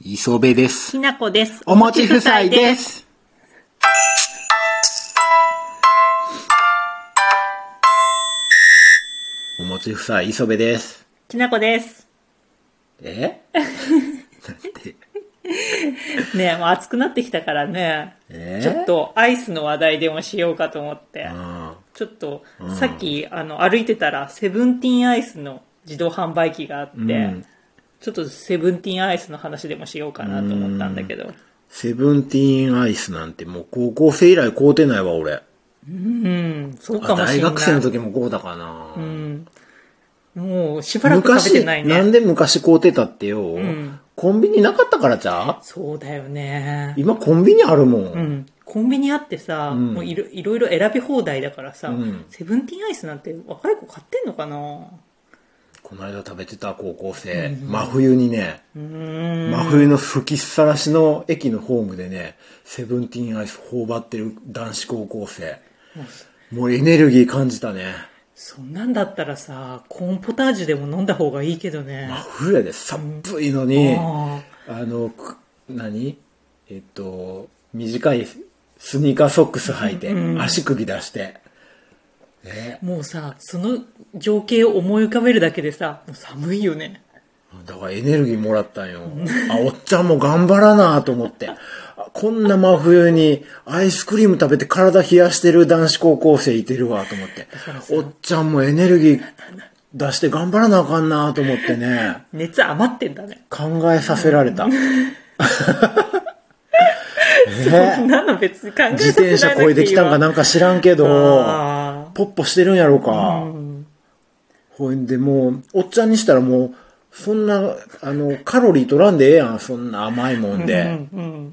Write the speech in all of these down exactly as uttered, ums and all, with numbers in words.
磯部です。 きなこです。 おもち夫妻です。おもち夫妻磯部です。 きなこです。 えねえ、もう暑くなってきたからね、えー、ちょっとアイスの話題でもしようかと思って、ちょっとさっきあの歩いてたらセブンティーンアイスの自動販売機があって、うん、ちょっとセブンティーンアイスの話でもしようかなと思ったんだけど。 セブンティーンアイスなんてもう高校生以来買うてないわ俺。 うん、そうかもしれない。 大学生の時も買うたかな。 うん、もうしばらく食べてないね。 昔なんで昔買うてたってよ、うん、コンビニなかったからじゃ？ そうだよね。 今コンビニあるもん。 うん、コンビニあってさ、うん、もういろいろいろ選び放題だからさ、うん、セブンティーンアイスなんて若い子買ってんのかな。 この間食べてた高校生、うん、真冬にね、真冬の吹きさらしの駅のホームでね、セブンティーンアイス頬張ってる男子高校生、うん、もうエネルギー感じたね。 そんなんだったらさ、コーンポタージュでも飲んだ方がいいけどね。 真冬で寒いのに、うん、あの何えっと短いスニーカーソックス履いて、うん、足首出して。 ね、もうさ、その情景を思い浮かべるだけでさ、もう寒いよね。 だからエネルギーもらったんよ。あ、おっちゃんも頑張らなと思って。こんな真冬にアイスクリーム食べて体冷やしてる男子高校生いてるわと思って。おっちゃんもエネルギー出して頑張らなあかんなと思ってね。 熱余ってんだね。 考えさせられた。 そんなの別に考えさせられなくていいわ。 自転車こいできたんかなんか知らんけど、ポッポしてるんやろうか。うん、ほいでもう、おっちゃんにしたらもう、そんな、あの、カロリー取らんでええやん、そんな甘いもんで。うんうん、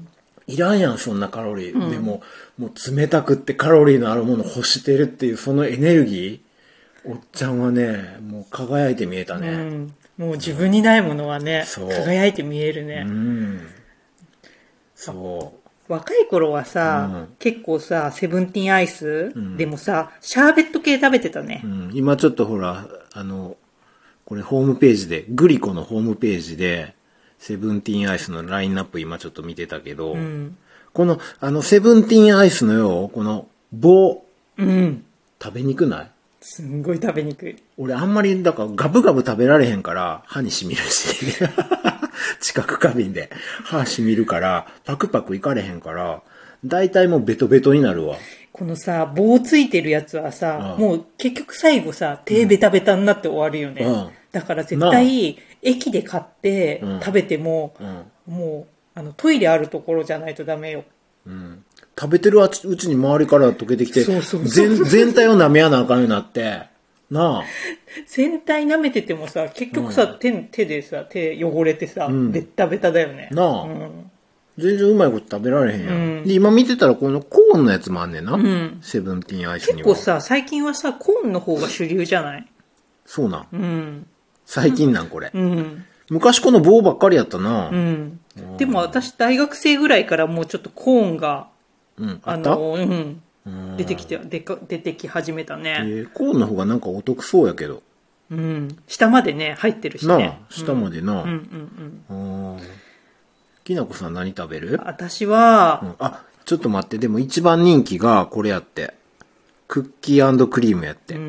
いらんやん、そんなカロリー。うん、でも、もう冷たくってカロリーのあるものを欲してるっていう、そのエネルギー、おっちゃんはね、もう輝いて見えたね。うん、 もう自分にないものはね、うん、輝いて見えるね。うん、 そう。 若い頃はさ、うん、結構さ、セブンティーンアイス、うん、でもさ、シャーベット系食べてたね。 うん、今ちょっとほら、あの、これホームページで、グリコのホームページで、セブンティーンアイスのラインナップ今ちょっと見てたけど、うん、この、あの、セブンティーンアイスのよ、この棒、うん、食べにくない？ すんごい食べにくい。 俺あんまり、だからガブガブ食べられへんから、歯に染みるし。知覚過敏で歯しみるからパクパクいかれへんからだいたいもうベトベトになるわ。 このさ棒ついてるやつはさ、うん、もう結局最後さ手ベタベタになって終わるよね、うん、だから絶対駅で買って食べても、うん、もうあのトイレあるところじゃないとダメよ、 うん、食べてるうちに周りから溶けてきてそうそうそうそう全体を舐めやなあかんようになってなあ全体舐めててもさ結局さ、うん、手, 手でさ手汚れてさ、うん、ベッタベタだよねなあ、うん、全然うまいこと食べられへんやん、うん、で今見てたらこのコーンのやつもあんねんな、うん、セブンティーンアイスには結構さ最近はさコーンの方が主流じゃない？ そうなん、うん、最近なんこれ、うん、昔この棒ばっかりやったな、うん、 でも私大学生ぐらいからもうちょっとコーンが、 うん、あった？あのうん出てきてでか出てき始めたね、えー、コーンの方がなんかお得そうやけど、 うん、下までね入ってるしねなあ下までな、うんうんうんうん、きなこさん何食べる？ 私は、 うん、あちょっと待ってでも一番人気がこれやってクッキー&クリームやって、うん、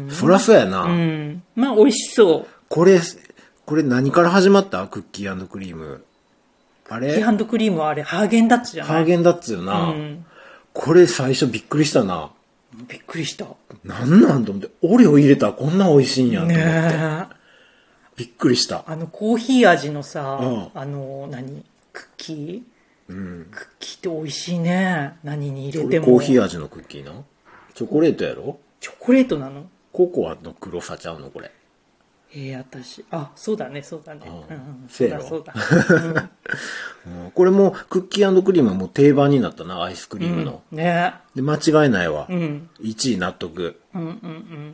そりゃそうやな、うん、 まあ美味しそう。 これこれ何から始まった？クッキー&クリームあれクッキー&クリームはあれハーゲンダッツじゃない？ ハーゲンダッツよな、うん、これ最初びっくりしたな。 びっくりした。 なんなんと思って、オレオ入れたらこんな美味しいんやと思って、ね、びっくりした。 あのコーヒー味のさ、うん、あの何クッキー、うん、クッキーって美味しいね。何に入れても。 コーヒー味のクッキーな。チョコレートやろ？ チョコレートなの？ ココアの黒さちゃうのこれ。 えー、私あそうだねそうだね、うんうん、 そうだそうだ、うん、これもクッキー&クリームはもう定番になったなアイスクリームの、 うん、ねで間違いないわ、うん、いちい納得、うんうんうん、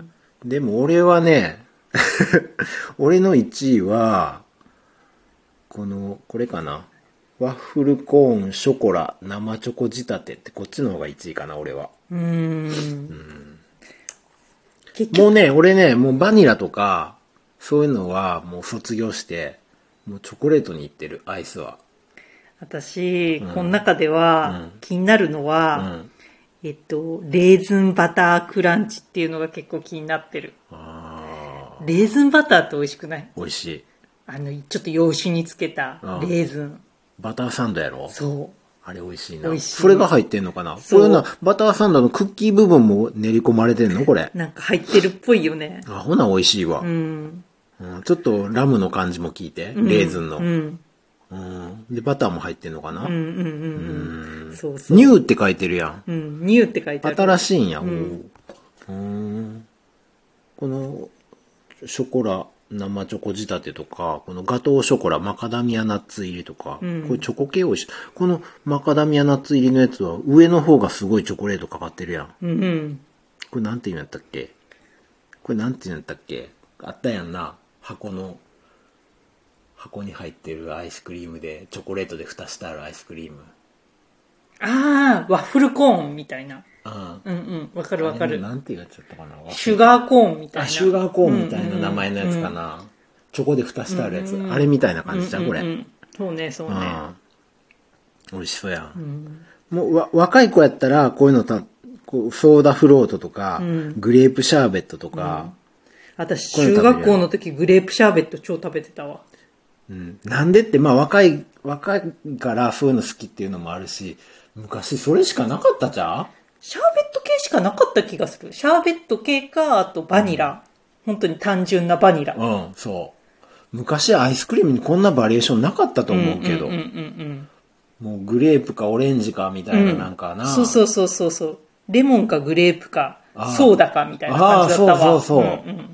でも俺はね俺のいちいはこのこれかなワッフルコーンショコラ生チョコ仕立てってこっちの方がいちいかな俺は。うーん、うん、もうね俺ねもうバニラとかそういうのはもう卒業してもうチョコレートにいってる、アイスは。 私、 うん、 この中では、うん、気になるのは、うんえっと、レーズンバタークランチっていうのが結構気になってる。あレーズンバターって美味しくない？ 美味しい。 あの、ちょっと洋酒につけたレーズン。 バターサンドやろ？ そう。 あれ美味しいな。美味しい。それが入ってんのかな？これな、バターサンドのクッキー部分も練り込まれてんのこれ。 なんか入ってるっぽいよね。 あ、ほな美味しいわ。 うん。 うん、ちょっとラムの感じも効いて、 うん、 レーズンの。 うんうん。で、バターも入ってんのかな？うんうんうんうん。そうそう。 ニューって書いてるやん。 うん、ニューって書いてある。 新しいんや。うん。うん。この、ショコラ、生チョコ仕立てとか、このガトーショコラ、マカダミアナッツ入りとか、うん、これチョコ系美味しい。このマカダミアナッツ入りのやつは、上の方がすごいチョコレートかかってるやん。 うんうん。 これなんて言うんやったっけ？これなんて言うんやったっけ？あったやんな。箱の、箱に入ってるアイスクリームで、チョコレートで蓋してあるアイスクリーム。 ああ、ワッフルコーンみたいな。 うん、 うんうんわかるわかる。 なんて言っちゃったかな。 シュガーコーンみたいな。 あ、シュガーコーンみたいな名前のやつかな。うんうん、チョコで蓋してあるやつ、うんうん。あれみたいな感じじゃん、これ。うんうん、 そうね、そうね。 美味しそうやん。うん、もうわ、若い子やったら、こういうのた、こうソーダフロートとか、うん、グレープシャーベットとか。うん、 私、中学校の時グレープシャーベット超食べてたわ。 うん、なんでって、まあ若い、若いからそういうの好きっていうのもあるし、昔それしかなかったじゃん？ シャーベット系しかなかった気がする。シャーベット系か、あとバニラ。うん、本当に単純なバニラ。 うん、そう。昔アイスクリームにこんなバリエーションなかったと思うけど。もうグレープかオレンジかみたいななんかな。 うん、そうそうそうそう。レモンかグレープか、ソーダかみたいな感じだったわ。 ああ、そうそうそう。うんうん、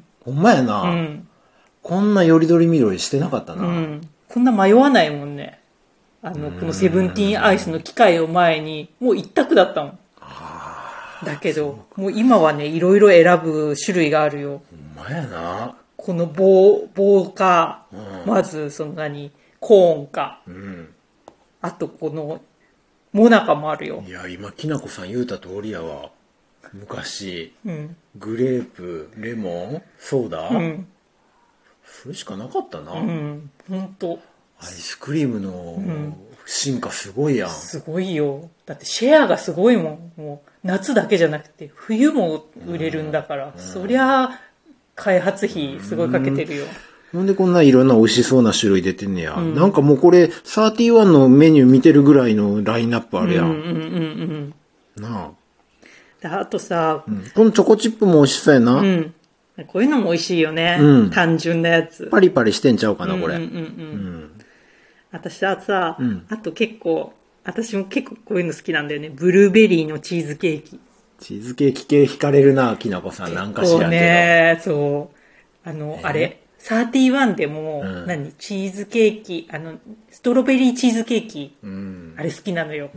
ほんまやな。うん、こんなよりどりみどりしてなかったな。 うん、こんな迷わないもんね。あの、このセブンティーンアイスの機械を前に、もう一択だったもん。だけど、もう今はね、いろいろ選ぶ種類があるよ。 ほんまやな。 この棒、棒か、うん、まず、その何、コーンか。うん、あと、この、モナカもあるよ。 いや、今、きなこさん言うた通りやわ。昔、うん、グレープ、レモン、ソーダ、うん、それしかなかったな。 うん、ほんと。 アイスクリームの進化すごいやん、うん、 すごいよ。だってシェアがすごいもん。もう夏だけじゃなくて冬も売れるんだから、うん、そりゃ開発費すごいかけてるよ。 うん、なんでこんないろんな美味しそうな種類出てんねや、うん、なんかもうこれサーティワンのメニュー見てるぐらいのラインナップあるやん。うんうんうんうん。なあ。あとさ、 うん、このチョコチップも美味しそうやな。うん。 こういうのも美味しいよね。うん、単純なやつ。 パリパリしてんちゃうかな、これ。うんうんうんうん。 私はさ、うん、あと結構、私も結構こういうの好きなんだよね。ブルーベリーのチーズケーキ。 チーズケーキ系惹かれるな、きなこさん。なんか知らんけど。 ね、そう。あの、えー、あれ、サーティワンでも、うん、何チーズケーキ、あの、ストロベリーチーズケーキ。うん、あれ好きなのよ。うん、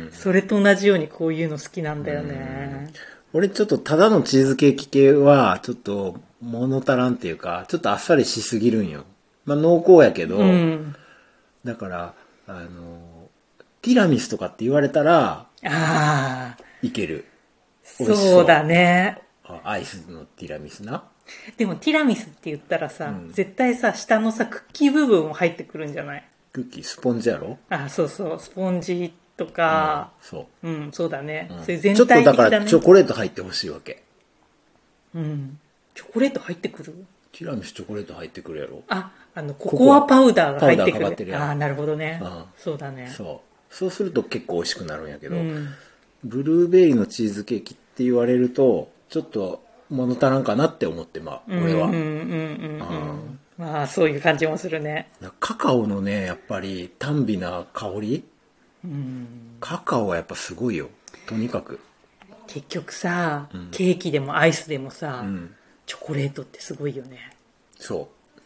それと同じようにこういうの好きなんだよね。 俺ちょっとただのチーズケーキ系は、ちょっと物足らんっていうか、ちょっとあっさりしすぎるんよ。まあ濃厚やけど、うん、だから、あの、ティラミスとかって言われたら、ああ。いける。 そう。そうだね。 アイスのティラミスな。 でもティラミスって言ったらさ、うん、絶対さ、下のさ、クッキー部分も入ってくるんじゃない？ クッキー、スポンジやろ？ あ、そうそう、スポンジとか、うん、そう。うん、そうだね。うん、それ全体的だね。ちょっとだからチョコレート入ってほしいわけ。 うん。チョコレート入ってくる？ ティラミスチョコレート入ってくるやろ？ あ、あの、ココアパウダーが入ってくる。るああ、なるほどね、うん。そうだね。 そう。そうすると結構美味しくなるんやけど、うん、ブルーベリーのチーズケーキって言われると、ちょっと物足らんかなって思って、まあ、俺は。うんうんうんうんうん。まあ、そういう感じもするね。 カカオのね、やっぱり、淡美な香り、うん、カカオはやっぱすごいよ。とにかく。 結局さ、うん、ケーキでもアイスでもさ、うん、チョコレートってすごいよね。 そう。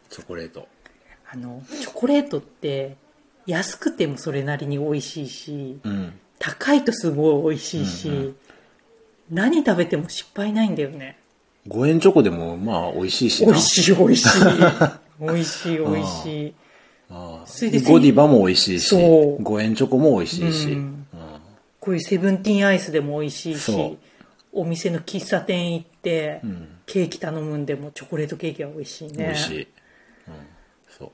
チョコレート。 あの、チョコレートって、安くてもそれなりに美味しいし、うん、高いとすごい美味しいし、うんうん、何食べても失敗ないんだよね。 ごえんチョコでもまあ美味しいしな。 美味しい美味しい。美味しい美味しい。 ああそれでゴディバも美味しいし、ごえんチョコも美味しいし、うん、 こういうセブンティーンアイスでも美味しいし、お店の喫茶店行って、うん、ケーキ頼むんでもチョコレートケーキは美味しいね。 美味しい。うん、そう。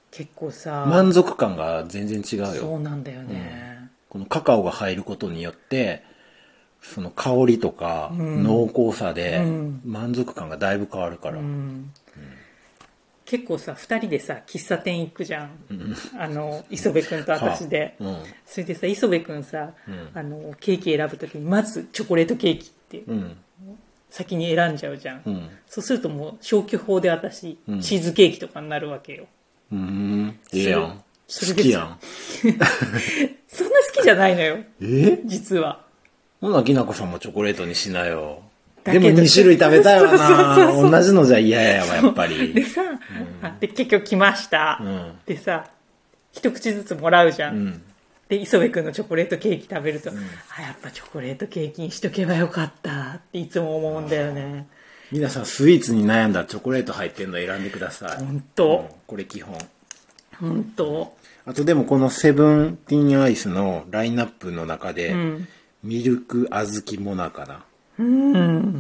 結構さ満足感が全然違うよ。 そうなんだよね、 うん、このカカオが入ることによってその香りとか濃厚さで満足感がだいぶ変わるから、うんうん、 結構さふたりでさ喫茶店行くじゃん、うん、あの磯部君と私で、はあうん、それでさ磯部君さ、うん、あのケーキ選ぶときにまずチョコレートケーキって、うん、先に選んじゃうじゃん、うん、そうするともう消去法で私、うん、チーズケーキとかになるわけよ。 うん、いいやん。好きやん。 そんな好きじゃないのよ。 え実は。 ほな、きなこさんもチョコレートにしなよ。でもに種類食べたいわな。そうそうそうそう同じのじゃ嫌やわ、やっぱり。 でさ、うん、で結局来ました。うん、でさ、一口ずつもらうじゃん。うん、で、磯部くんのチョコレートケーキ食べると、うん、あ、やっぱチョコレートケーキにしとけばよかったっていつも思うんだよね。 皆さんスイーツに悩んだらチョコレート入ってるの選んでください。 本当、うん、 これ基本。 本当。 あとでもこのセブンティーンアイスのラインナップの中で、うん、ミルク小豆もなかな。うん。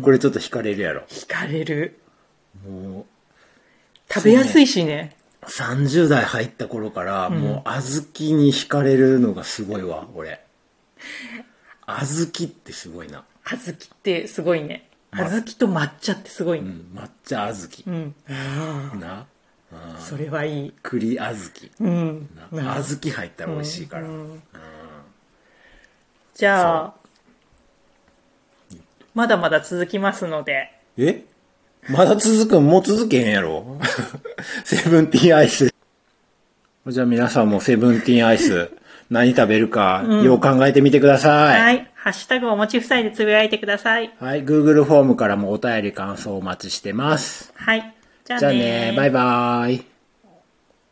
これちょっと惹かれるやろ。 惹かれる。もう食べやすいしね。 さんじゅう代入った頃から、うん、もう小豆に惹かれるのがすごいわ、俺。小豆ってすごいな。 小豆ってすごいね。小豆と抹茶ってすごいね。 うん、抹茶小豆。うん。な。 それはいい。 栗小豆。うん。小豆入ったら美味しいから。うんうん、 じゃあ、まだまだ続きますので。 えまだ続くんもう続けへんやろセブンティーンアイス。じゃあ皆さんもセブンティーンアイス何食べるか、うん、よう考えてみてください。 はい。ハッシュタグおもち夫妻でつぶやいてください。 はい。Google フォームからもお便り感想お待ちしてます。 はい。 じゃあね。じゃあね。バイバーイ。